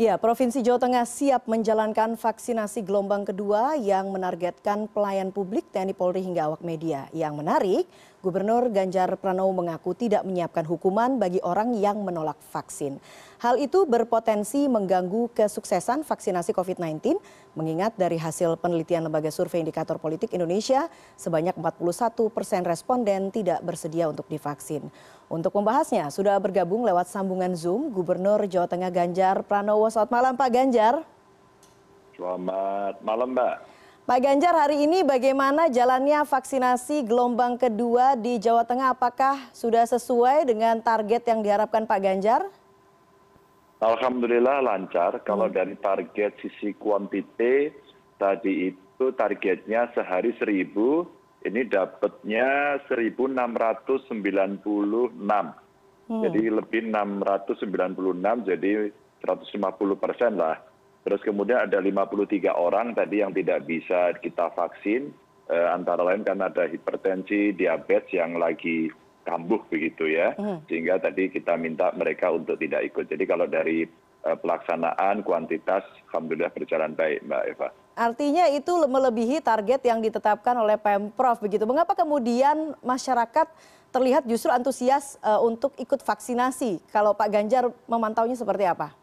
Ya, Provinsi Jawa Tengah siap menjalankan vaksinasi gelombang kedua yang menargetkan pelayan publik TNI Polri hingga awak media. Yang menarik, Gubernur Ganjar Pranowo mengaku tidak menyiapkan hukuman bagi orang yang menolak vaksin. Hal itu berpotensi mengganggu kesuksesan vaksinasi COVID-19, mengingat dari hasil penelitian Lembaga Survei Indikator Politik Indonesia, sebanyak 41% responden tidak bersedia untuk divaksin. Untuk membahasnya, sudah bergabung lewat sambungan Zoom Gubernur Jawa Tengah Ganjar Pranowo. Selamat malam Pak Ganjar. Selamat malam Mbak. Pak Ganjar, hari ini bagaimana jalannya vaksinasi gelombang kedua di Jawa Tengah? Apakah sudah sesuai dengan target yang diharapkan Pak Ganjar? Alhamdulillah lancar. Kalau dari target sisi kuantiti, tadi itu targetnya sehari 1.000, ini dapatnya 1.696. Jadi lebih 696, jadi 150% lah. Terus kemudian ada 53 orang tadi yang tidak bisa kita vaksin, antara lain karena ada hipertensi, diabetes yang lagi kambuh begitu ya. Sehingga tadi kita minta mereka untuk tidak ikut. Jadi kalau dari pelaksanaan kuantitas, alhamdulillah berjalan baik Mbak Eva. Artinya itu melebihi target yang ditetapkan oleh Pemprov begitu. Mengapa kemudian masyarakat terlihat justru antusias untuk ikut vaksinasi? Kalau Pak Ganjar memantaunya seperti apa?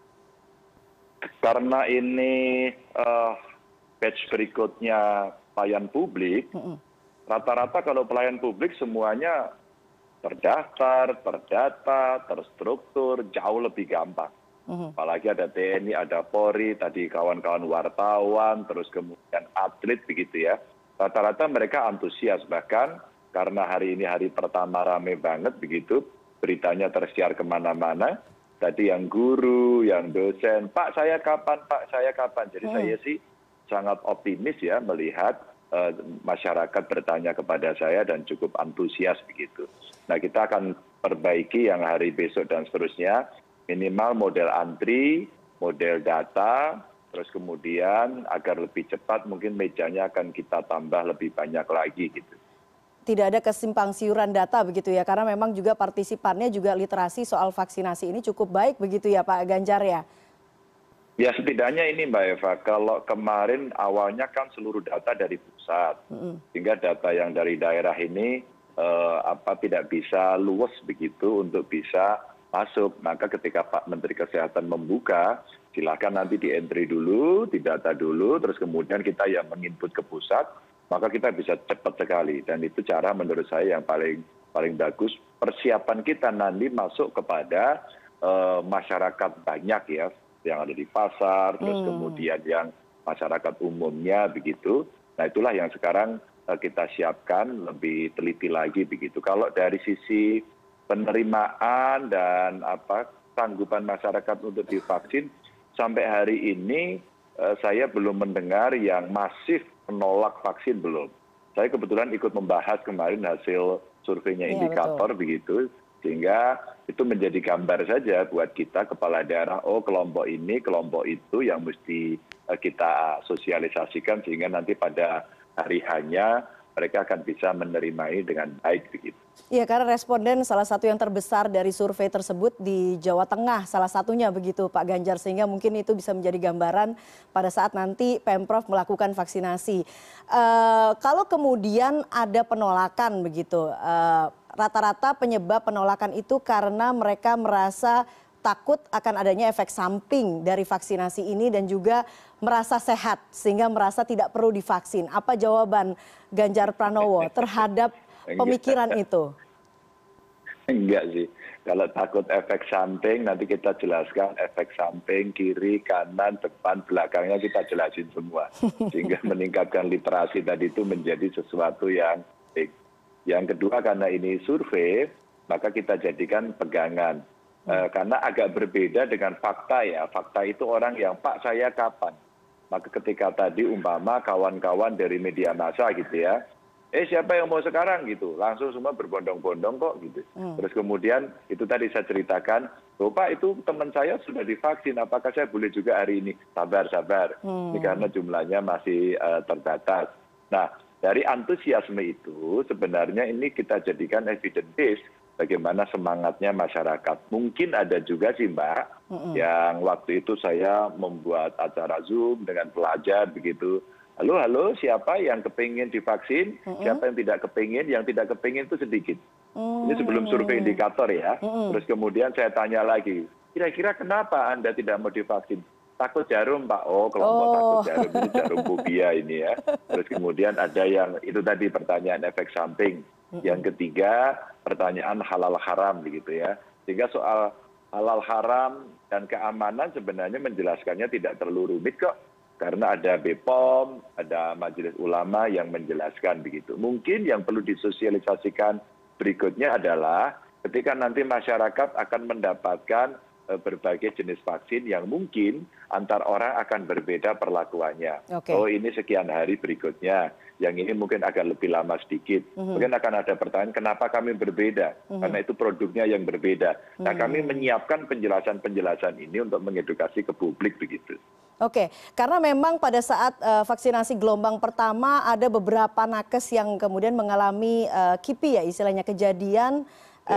Karena ini batch berikutnya pelayan publik, rata-rata kalau pelayan publik semuanya terdaftar, terdata, terstruktur, jauh lebih gampang. Apalagi ada TNI, ada Polri, tadi kawan-kawan wartawan, terus kemudian atlet begitu ya. Rata-rata mereka antusias, bahkan karena hari ini hari pertama rame banget begitu, beritanya tersiar kemana-mana. Tadi yang guru, yang dosen, Pak saya kapan, Pak saya kapan. Jadi saya sih sangat optimis ya melihat masyarakat bertanya kepada saya dan cukup antusias begitu. Nah kita akan perbaiki yang hari besok dan seterusnya, minimal model antri, model data, terus kemudian agar lebih cepat mungkin mejanya akan kita tambah lebih banyak lagi gitu. Tidak ada kesimpang siuran data begitu ya, karena memang juga partisipannya juga literasi soal vaksinasi ini cukup baik begitu ya Pak Ganjar ya? Ya setidaknya ini Mbak Eva, kalau kemarin awalnya kan seluruh data dari pusat, sehingga data yang dari daerah ini tidak bisa luwes begitu untuk bisa masuk. Maka ketika Pak Menteri Kesehatan membuka, silakan nanti di entry dulu, didata dulu, terus kemudian kita yang menginput ke pusat, maka kita bisa cepat sekali. Dan itu cara menurut saya yang paling bagus. Persiapan kita nanti masuk kepada masyarakat banyak ya, yang ada di pasar, terus kemudian yang masyarakat umumnya begitu. Nah itulah yang sekarang kita siapkan lebih teliti lagi begitu. Kalau dari sisi penerimaan dan sanggupan masyarakat untuk divaksin, sampai hari ini saya belum mendengar yang masif menolak vaksin, belum. Saya kebetulan ikut membahas kemarin hasil surveinya Indikator begitu, sehingga itu menjadi gambar saja buat kita kepala daerah, oh kelompok ini, kelompok itu yang mesti kita sosialisasikan sehingga nanti pada hari hanya mereka akan bisa menerimai dengan baik begitu. Iya, karena responden salah satu yang terbesar dari survei tersebut di Jawa Tengah, salah satunya begitu Pak Ganjar, sehingga mungkin itu bisa menjadi gambaran pada saat nanti Pemprov melakukan vaksinasi. Kalau kemudian ada penolakan begitu, rata-rata penyebab penolakan itu karena mereka merasa takut akan adanya efek samping dari vaksinasi ini dan juga merasa sehat sehingga merasa tidak perlu divaksin. Apa jawaban Ganjar Pranowo terhadap pemikiran itu? Enggak sih. Kalau takut efek samping nanti kita jelaskan efek samping kiri, kanan, depan, belakangnya kita jelasin semua. Sehingga meningkatkan literasi tadi itu menjadi sesuatu yang baik. Yang kedua karena ini survei, maka kita jadikan pegangan. Karena agak berbeda dengan fakta ya. Fakta itu orang yang Pak saya kapan. Maka ketika tadi umpama kawan-kawan dari media massa gitu ya. Siapa yang mau sekarang gitu. Langsung semua berbondong-bondong kok gitu. Terus kemudian itu tadi saya ceritakan. Loh Pak itu teman saya sudah divaksin. Apakah saya boleh juga hari ini? Sabar. Ini karena jumlahnya masih terbatas. Nah dari antusiasme itu sebenarnya ini kita jadikan evidence base. bagaimana semangatnya masyarakat. Mungkin ada juga sih Mbak, yang waktu itu saya membuat acara Zoom dengan pelajar begitu. Halo, halo, siapa yang kepingin divaksin, siapa yang tidak kepingin, itu sedikit. Ini sebelum survei indikator ya. Terus kemudian saya tanya lagi, kira-kira kenapa Anda tidak mau divaksin? Takut jarum Pak. Oh, kelompok takut jarum, ini jarum fobia ini ya. Terus kemudian ada yang itu tadi pertanyaan efek samping. Yang ketiga pertanyaan halal haram begitu ya. Sehingga soal halal haram dan keamanan sebenarnya menjelaskannya tidak terlalu rumit kok. Karena ada BPOM, ada Majelis Ulama yang menjelaskan begitu. Mungkin yang perlu disosialisasikan berikutnya adalah ketika nanti masyarakat akan mendapatkan berbagai jenis vaksin yang mungkin antar orang akan berbeda perlakuannya. Oh ini sekian hari berikutnya, yang ini mungkin agak lebih lama sedikit. Mungkin akan ada pertanyaan kenapa kami berbeda, karena itu produknya yang berbeda. Nah kami menyiapkan penjelasan-penjelasan ini untuk mengedukasi ke publik begitu. Oke, karena memang pada saat vaksinasi gelombang pertama ada beberapa nakes yang kemudian mengalami KIPI ya istilahnya, kejadian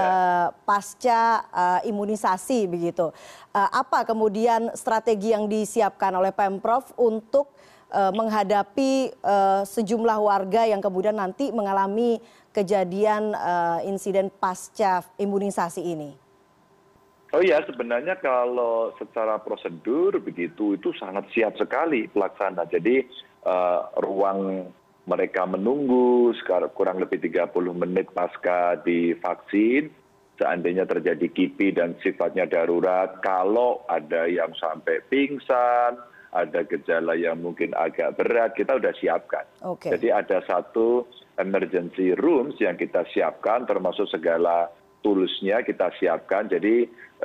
pasca imunisasi begitu. Apa kemudian strategi yang disiapkan oleh Pemprov untuk menghadapi sejumlah warga yang kemudian nanti mengalami kejadian insiden pasca imunisasi ini? Oh ya, sebenarnya kalau secara prosedur begitu itu sangat siap sekali pelaksana. Jadi ruang mereka menunggu kurang lebih 30 menit pasca divaksin, seandainya terjadi KIPI dan sifatnya darurat, kalau ada yang sampai pingsan, ada gejala yang mungkin agak berat, kita sudah siapkan. Jadi ada satu emergency rooms yang kita siapkan, termasuk segala toolsnya kita siapkan, jadi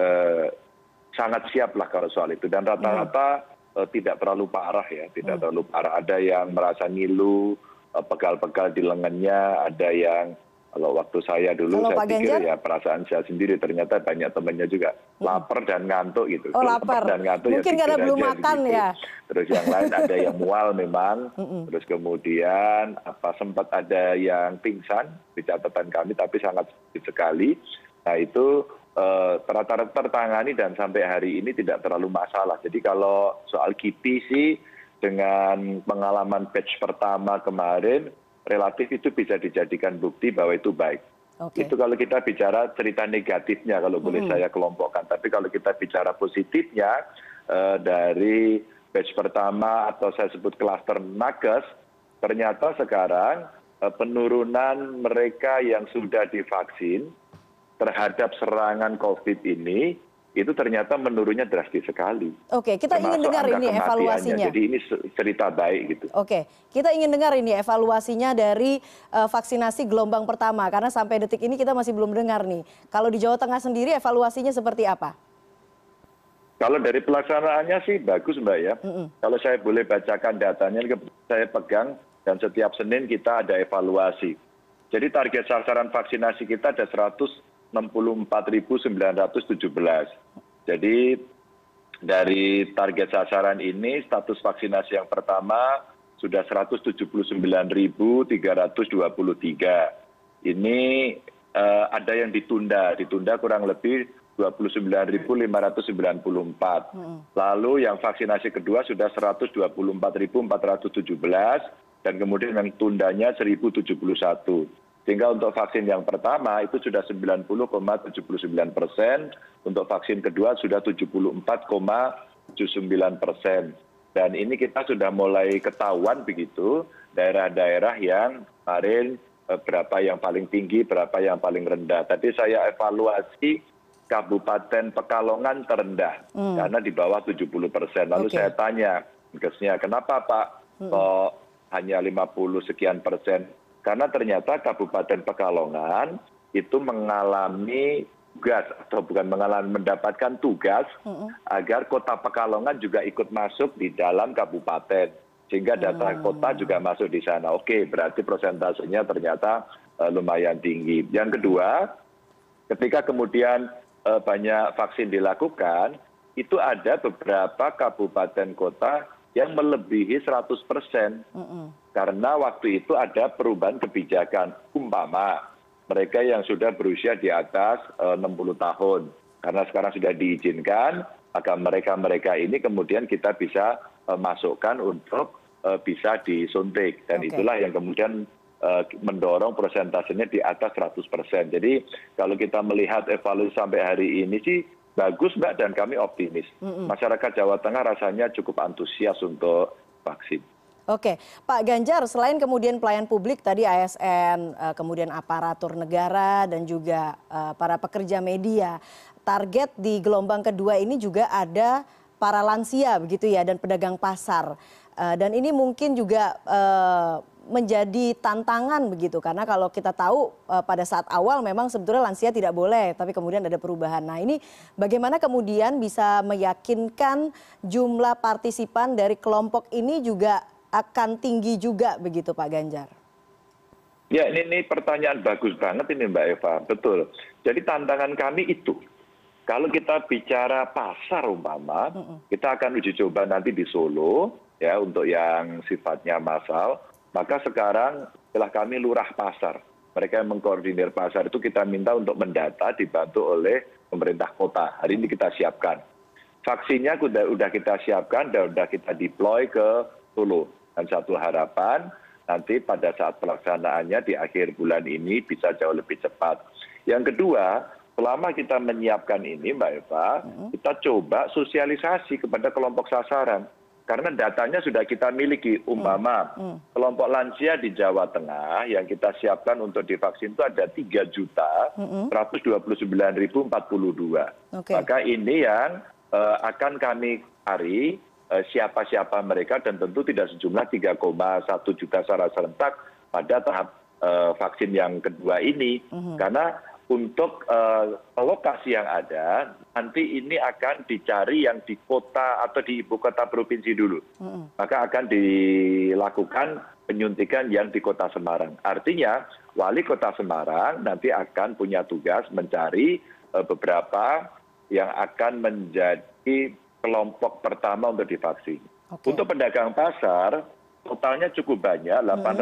sangat siap lah kalau soal itu. Dan rata-rata tidak terlalu parah ya, tidak terlalu parah. Ada yang merasa ngilu, pegal-pegal di lengannya, ada yang kalau waktu saya dulu saya pikir ya perasaan saya sendiri, ternyata banyak temannya juga lapar dan ngantuk gitu. Oh lapar, dan ngantuk, mungkin ya karena belum makan begitu. ya. Terus yang lain ada yang mual memang, terus kemudian sempat ada yang pingsan di catatan kami, tapi sangat sedikit sekali. Nah itu rata-rata tertangani dan sampai hari ini tidak terlalu masalah. Jadi kalau soal KIPI sih dengan pengalaman batch pertama kemarin relatif itu bisa dijadikan bukti bahwa itu baik. Itu kalau kita bicara cerita negatifnya kalau boleh saya kelompokkan. Tapi kalau kita bicara positifnya dari batch pertama atau saya sebut klaster nakes, ternyata sekarang penurunan mereka yang sudah divaksin terhadap serangan COVID ini, itu ternyata menurunnya drastis sekali. Oke, kita ingin dengar ini evaluasinya. Jadi ini cerita baik gitu. Oke, kita ingin dengar ini evaluasinya dari vaksinasi gelombang pertama, karena sampai detik ini kita masih belum dengar nih. Kalau di Jawa Tengah sendiri evaluasinya seperti apa? Kalau dari pelaksanaannya sih bagus Mbak ya. Kalau saya boleh bacakan datanya, saya pegang dan setiap Senin kita ada evaluasi. Jadi target sasaran vaksinasi kita ada 164.917. Jadi dari target sasaran ini status vaksinasi yang pertama sudah 179.323. Ini ada yang ditunda kurang lebih 29.594. Lalu yang vaksinasi kedua sudah 124.417 dan kemudian yang tundanya 1.071. Sehingga untuk vaksin yang pertama itu sudah 90,79%, untuk vaksin kedua sudah 74,79%. Dan ini kita sudah mulai ketahuan begitu, daerah-daerah yang kemarin berapa yang paling tinggi, berapa yang paling rendah. Tadi saya evaluasi Kabupaten Pekalongan terendah, karena di bawah 70%. Lalu saya tanya, kenapa Pak kok hanya 50 sekian persen? Karena ternyata Kabupaten Pekalongan itu mengalami tugas atau bukan mendapatkan tugas agar kota Pekalongan juga ikut masuk di dalam kabupaten. Sehingga data kota juga masuk di sana. Oke, berarti persentasenya ternyata lumayan tinggi. Yang kedua, ketika kemudian banyak vaksin dilakukan, itu ada beberapa kabupaten kota yang melebihi 100%. Karena waktu itu ada perubahan kebijakan. Umpama mereka yang sudah berusia di atas 60 tahun. Karena sekarang sudah diizinkan, maka mereka ini kemudian kita bisa masukkan untuk bisa disuntik. Dan itulah yang kemudian mendorong persentasenya di atas 100%. Jadi kalau kita melihat evaluasi sampai hari ini sih bagus Mbak, dan kami optimis. Masyarakat Jawa Tengah rasanya cukup antusias untuk vaksin. Oke, Pak Ganjar, selain kemudian pelayan publik tadi ASN, kemudian aparatur negara dan juga para pekerja media, target di gelombang kedua ini juga ada para lansia begitu ya, dan pedagang pasar. Dan ini mungkin juga menjadi tantangan begitu, karena kalau kita tahu pada saat awal memang sebetulnya lansia tidak boleh, tapi kemudian ada perubahan. Nah ini bagaimana kemudian bisa meyakinkan jumlah partisipan dari kelompok ini juga akan tinggi juga begitu Pak Ganjar? Ya ini pertanyaan bagus banget ini Mbak Eva, betul. Jadi tantangan kami itu, kalau kita bicara pasar umpama, kita akan uji coba nanti di Solo ya untuk yang sifatnya massal. Maka sekarang setelah kami lurah pasar, mereka yang mengkoordinir pasar itu kita minta untuk mendata dibantu oleh pemerintah kota. Hari ini kita siapkan. Vaksinnya sudah kita siapkan dan sudah kita deploy ke Solo. Dan satu harapan nanti pada saat pelaksanaannya di akhir bulan ini bisa jauh lebih cepat. Yang kedua, selama kita menyiapkan ini Mbak Eva, kita coba sosialisasi kepada kelompok sasaran. Karena datanya sudah kita miliki, umpama kelompok lansia di Jawa Tengah yang kita siapkan untuk divaksin itu ada 3.129.042. Maka ini yang akan kami cari siapa-siapa mereka, dan tentu tidak sejumlah 3,1 juta secara serentak pada tahap vaksin yang kedua ini. Karena untuk lokasi yang ada, nanti ini akan dicari yang di kota atau di ibu kota provinsi dulu. Maka akan dilakukan penyuntikan yang di kota Semarang. Artinya wali kota Semarang nanti akan punya tugas mencari beberapa yang akan menjadi kelompok pertama untuk divaksin. Untuk pedagang pasar, totalnya cukup banyak,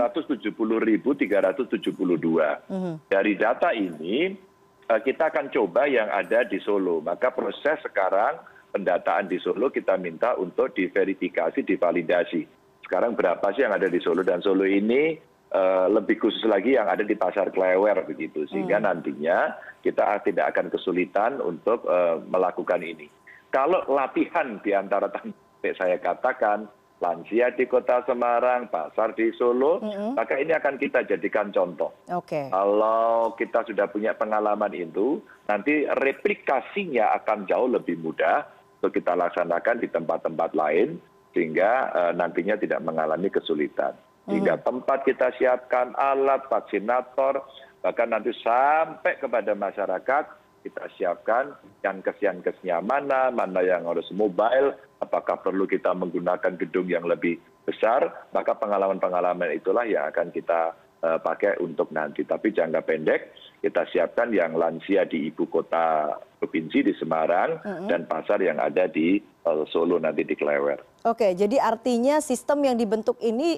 870.372. Dari data ini, kita akan coba yang ada di Solo. Maka proses sekarang pendataan di Solo kita minta untuk diverifikasi, divalidasi. Sekarang berapa sih yang ada di Solo? Dan Solo ini lebih khusus lagi yang ada di Pasar Klewer begitu. Sehingga nantinya kita tidak akan kesulitan untuk melakukan ini. Kalau latihan di antara saya katakan, lansia di kota Semarang, pasar di Solo, maka ini akan kita jadikan contoh. Kalau kita sudah punya pengalaman itu, nanti replikasinya akan jauh lebih mudah untuk kita laksanakan di tempat-tempat lain, sehingga nantinya tidak mengalami kesulitan. Sehingga tempat kita siapkan, alat, vaksinator, bahkan nanti sampai kepada masyarakat, kita siapkan yankes-yankesnya mana yang harus mobile, apakah perlu kita menggunakan gedung yang lebih besar, maka pengalaman-pengalaman itulah yang akan kita pakai untuk nanti. Tapi jangka pendek kita siapkan yang lansia di ibu kota provinsi di Semarang dan pasar yang ada di Solo nanti di Klewer. Oke, jadi artinya sistem yang dibentuk ini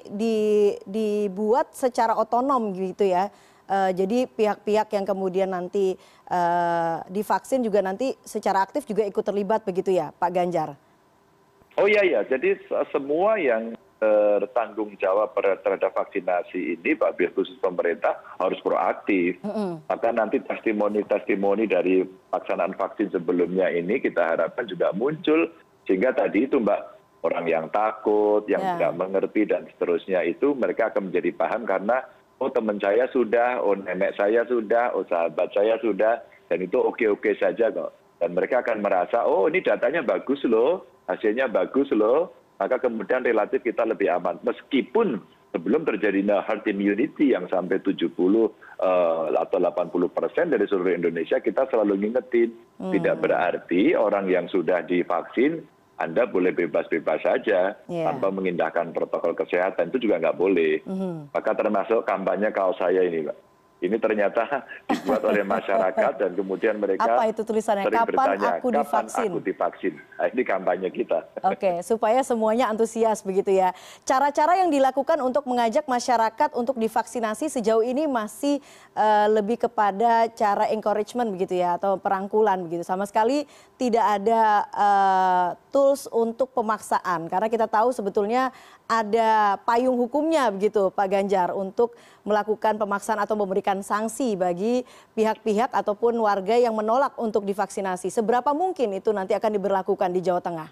dibuat secara otonom gitu ya. Jadi pihak-pihak yang kemudian nanti divaksin juga nanti secara aktif juga ikut terlibat begitu ya Pak Ganjar? Oh iya, jadi semua yang bertanggung jawab terhadap vaksinasi ini, Pak Bir, khusus pemerintah harus proaktif. Maka nanti testimoni dari pelaksanaan vaksin sebelumnya ini kita harapkan juga muncul, sehingga tadi itu Mbak, orang yang takut, yang tidak mengerti dan seterusnya itu mereka akan menjadi paham karena oh teman saya sudah, oh nenek saya sudah, oh sahabat saya sudah, dan itu oke-oke saja kok. Dan mereka akan merasa, oh ini datanya bagus loh, hasilnya bagus loh, maka kemudian relatif kita lebih aman. Meskipun sebelum terjadi herd immunity yang sampai 70 atau 80% dari seluruh Indonesia, kita selalu ngingetin, tidak berarti orang yang sudah divaksin, Anda boleh bebas-bebas saja tanpa mengindahkan protokol kesehatan, itu juga nggak boleh. Maka termasuk kampanye kaos saya ini, Pak. Ini ternyata dibuat oleh masyarakat dan kemudian mereka Apa itu tulisannya? sering Kapan bertanya, aku kapan divaksin? aku divaksin? Nah, ini kampanye kita. Oke, supaya semuanya antusias begitu ya. Cara-cara yang dilakukan untuk mengajak masyarakat untuk divaksinasi sejauh ini masih lebih kepada cara encouragement begitu ya, atau perangkulan begitu. Sama sekali tidak ada tools untuk pemaksaan, karena kita tahu sebetulnya ada payung hukumnya begitu Pak Ganjar untuk melakukan pemaksaan atau memberikan sanksi bagi pihak-pihak ataupun warga yang menolak untuk divaksinasi. Seberapa mungkin itu nanti akan diberlakukan di Jawa Tengah?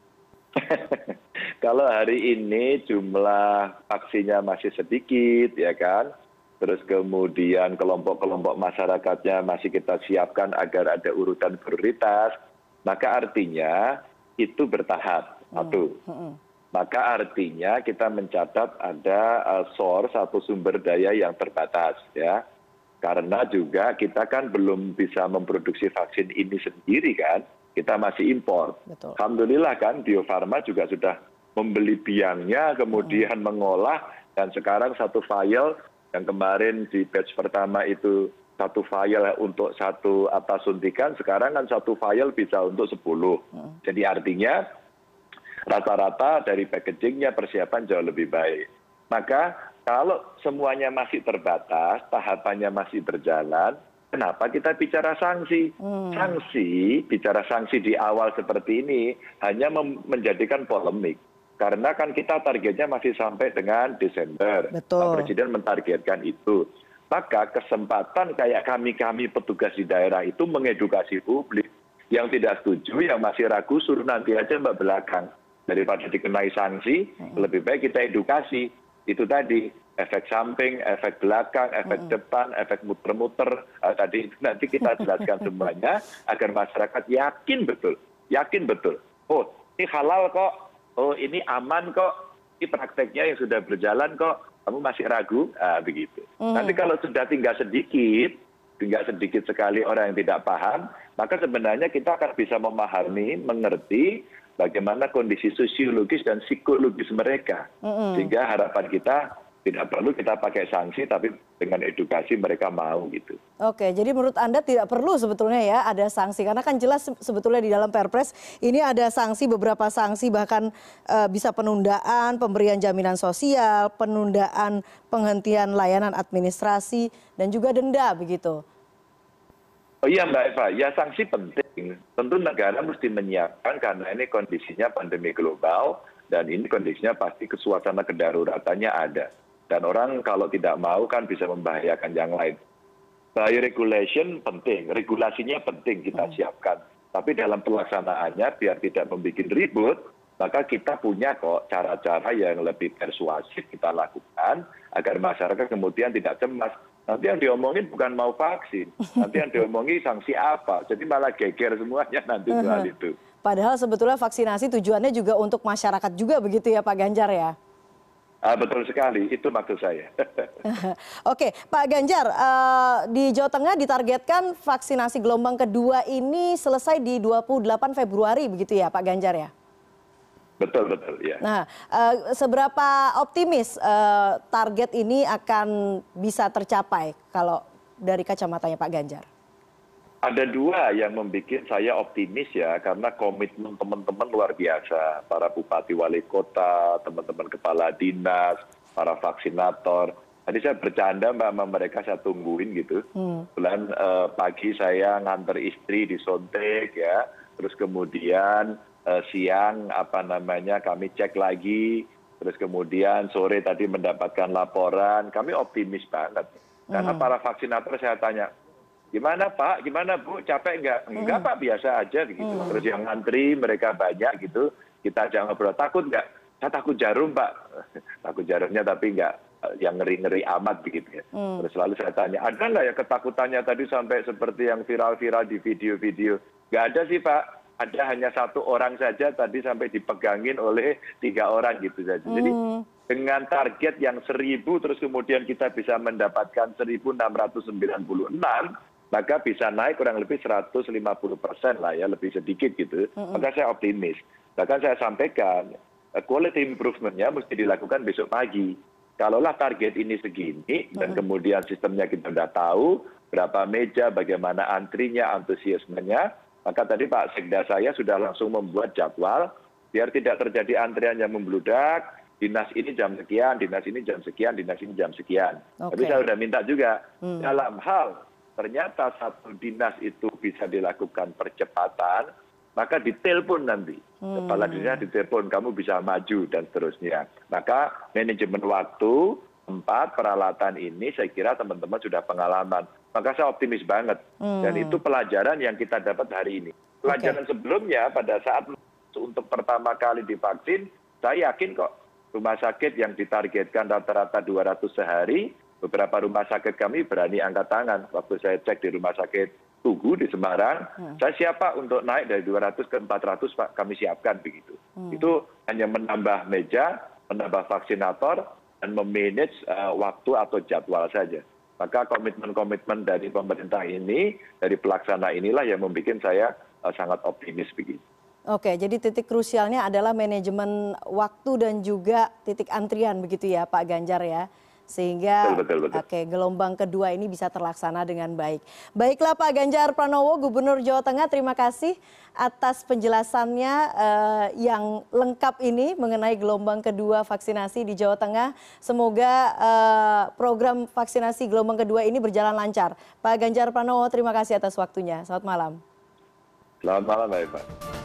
Kalau hari ini jumlah vaksinnya masih sedikit, ya kan? Terus kemudian kelompok-kelompok masyarakatnya masih kita siapkan agar ada urutan prioritas, maka artinya itu bertahap. Satu. Maka artinya kita mencatat ada source atau sumber daya yang terbatas, ya. Karena juga kita kan belum bisa memproduksi vaksin ini sendiri kan, kita masih impor. Betul. Alhamdulillah kan Bio Farma juga sudah membeli biangnya, kemudian mengolah, dan sekarang satu vial yang kemarin di batch pertama itu satu vial untuk satu suntikan, sekarang kan satu vial bisa untuk 10. Jadi artinya rata-rata dari packagingnya persiapan jauh lebih baik. Maka kalau semuanya masih terbatas, tahapannya masih berjalan, kenapa kita bicara sanksi? Bicara sanksi di awal seperti ini hanya menjadikan polemik. Karena kan kita targetnya masih sampai dengan Desember. Betul. Pak Presiden mentargetkan itu. Maka kesempatan kayak kami petugas di daerah itu mengedukasi publik. Yang tidak setuju, yang masih ragu, suruh nanti aja mbak belakang. Daripada dikenai sanksi, lebih baik kita edukasi. Itu tadi, efek samping, efek belakang, efek depan, efek muter-muter. Tadi nanti kita jelaskan semuanya agar masyarakat yakin betul. Oh, ini halal kok. Oh, ini aman kok. Ini prakteknya yang sudah berjalan kok. Kamu masih ragu? Begitu. Nanti kalau sudah tinggal sedikit sekali orang yang tidak paham, maka sebenarnya kita akan bisa memahami, mengerti bagaimana kondisi sosiologis dan psikologis mereka. Sehingga harapan kita tidak perlu kita pakai sanksi, tapi dengan edukasi mereka mau gitu. Oke, jadi menurut Anda tidak perlu sebetulnya ya ada sanksi, karena kan jelas sebetulnya di dalam Perpres ini ada sanksi, beberapa sanksi, bahkan bisa penundaan pemberian jaminan sosial, penundaan penghentian layanan administrasi, dan juga denda begitu. Oh iya Mbak Eva, ya sanksi penting. Tentu negara mesti menyiapkan karena ini kondisinya pandemi global dan ini kondisinya pasti suasana kedaruratannya ada. Dan orang kalau tidak mau kan bisa membahayakan yang lain. By regulation penting, regulasinya penting kita siapkan. Tapi dalam pelaksanaannya biar tidak membuat ribut, maka kita punya kok cara-cara yang lebih persuasif kita lakukan agar masyarakat kemudian tidak cemas. Nanti yang diomongin bukan mau vaksin, nanti yang diomongin sanksi apa. Jadi malah geger semuanya nanti soal itu. Padahal sebetulnya vaksinasi tujuannya juga untuk masyarakat juga begitu ya Pak Ganjar ya? Betul sekali, itu maksud saya. Oke, Pak Ganjar, di Jawa Tengah ditargetkan vaksinasi gelombang kedua ini selesai di 28 Februari begitu ya Pak Ganjar ya? Betul, ya. Nah, seberapa optimis target ini akan bisa tercapai kalau dari kacamatanya Pak Ganjar? Ada dua yang membuat saya optimis ya, karena komitmen teman-teman luar biasa. Para bupati wali kota, teman-teman kepala dinas, para vaksinator. Tadi saya bercanda Mbak sama mereka, saya tungguin gitu. Bulan pagi saya nganter istri di Sontek ya, terus kemudian siang kami cek lagi, terus kemudian sore tadi mendapatkan laporan. Kami optimis banget. Karena para vaksinator saya tanya, gimana Pak, gimana Bu, capek nggak? Enggak Pak, biasa aja gitu. Terus yang ngantri mereka banyak gitu, kita ajak ngobrol, takut nggak? Saya takut jarum Pak. Takut jarumnya tapi nggak yang ngeri-ngeri amat begitu ya. Terus lalu saya tanya, ada nggak ya ketakutannya tadi sampai seperti yang viral-viral di video-video? Nggak ada sih Pak, ada hanya satu orang saja tadi sampai dipegangin oleh 3 orang gitu saja. Jadi dengan target yang 1.000 terus kemudian kita bisa mendapatkan 1.696, maka bisa naik kurang lebih 150% lah ya, lebih sedikit gitu. Maka saya optimis. Bahkan saya sampaikan, quality improvement-nya mesti dilakukan besok pagi. kalaulah target ini segini dan kemudian sistemnya kita sudah tahu, berapa meja, bagaimana antrinya, antusiasmenya, maka tadi Pak Sekda saya sudah langsung membuat jadwal biar tidak terjadi antrian yang membludak, dinas ini jam sekian, dinas ini jam sekian, dinas ini jam sekian. Tapi saya sudah minta juga dalam hal ternyata satu dinas itu bisa dilakukan percepatan, maka ditelepon nanti. Kepala dinas ditelepon, kamu bisa maju dan seterusnya. Maka manajemen waktu, tempat, peralatan ini saya kira teman-teman sudah pengalaman. Maka saya optimis banget. Dan itu pelajaran yang kita dapat hari ini. Pelajaran sebelumnya pada saat untuk pertama kali divaksin, saya yakin kok rumah sakit yang ditargetkan rata-rata 200 sehari, beberapa rumah sakit kami berani angkat tangan. Waktu saya cek di rumah sakit Tugu di Semarang, saya siap Pak untuk naik dari 200 ke 400 Pak, kami siapkan begitu. Itu hanya menambah meja, menambah vaksinator, dan memanage waktu atau jadwal saja. Maka komitmen-komitmen dari pemerintah ini, dari pelaksana inilah yang membuat saya sangat optimis begitu. Oke, jadi titik krusialnya adalah manajemen waktu dan juga titik antrian begitu ya Pak Ganjar ya. Sehingga betul. Oke, gelombang kedua ini bisa terlaksana dengan baik. Baiklah Pak Ganjar Pranowo, Gubernur Jawa Tengah, terima kasih atas penjelasannya yang lengkap ini mengenai gelombang kedua vaksinasi di Jawa Tengah. Semoga program vaksinasi gelombang kedua ini berjalan lancar. Pak Ganjar Pranowo, terima kasih atas waktunya. Selamat malam. Selamat malam Mbak Eva.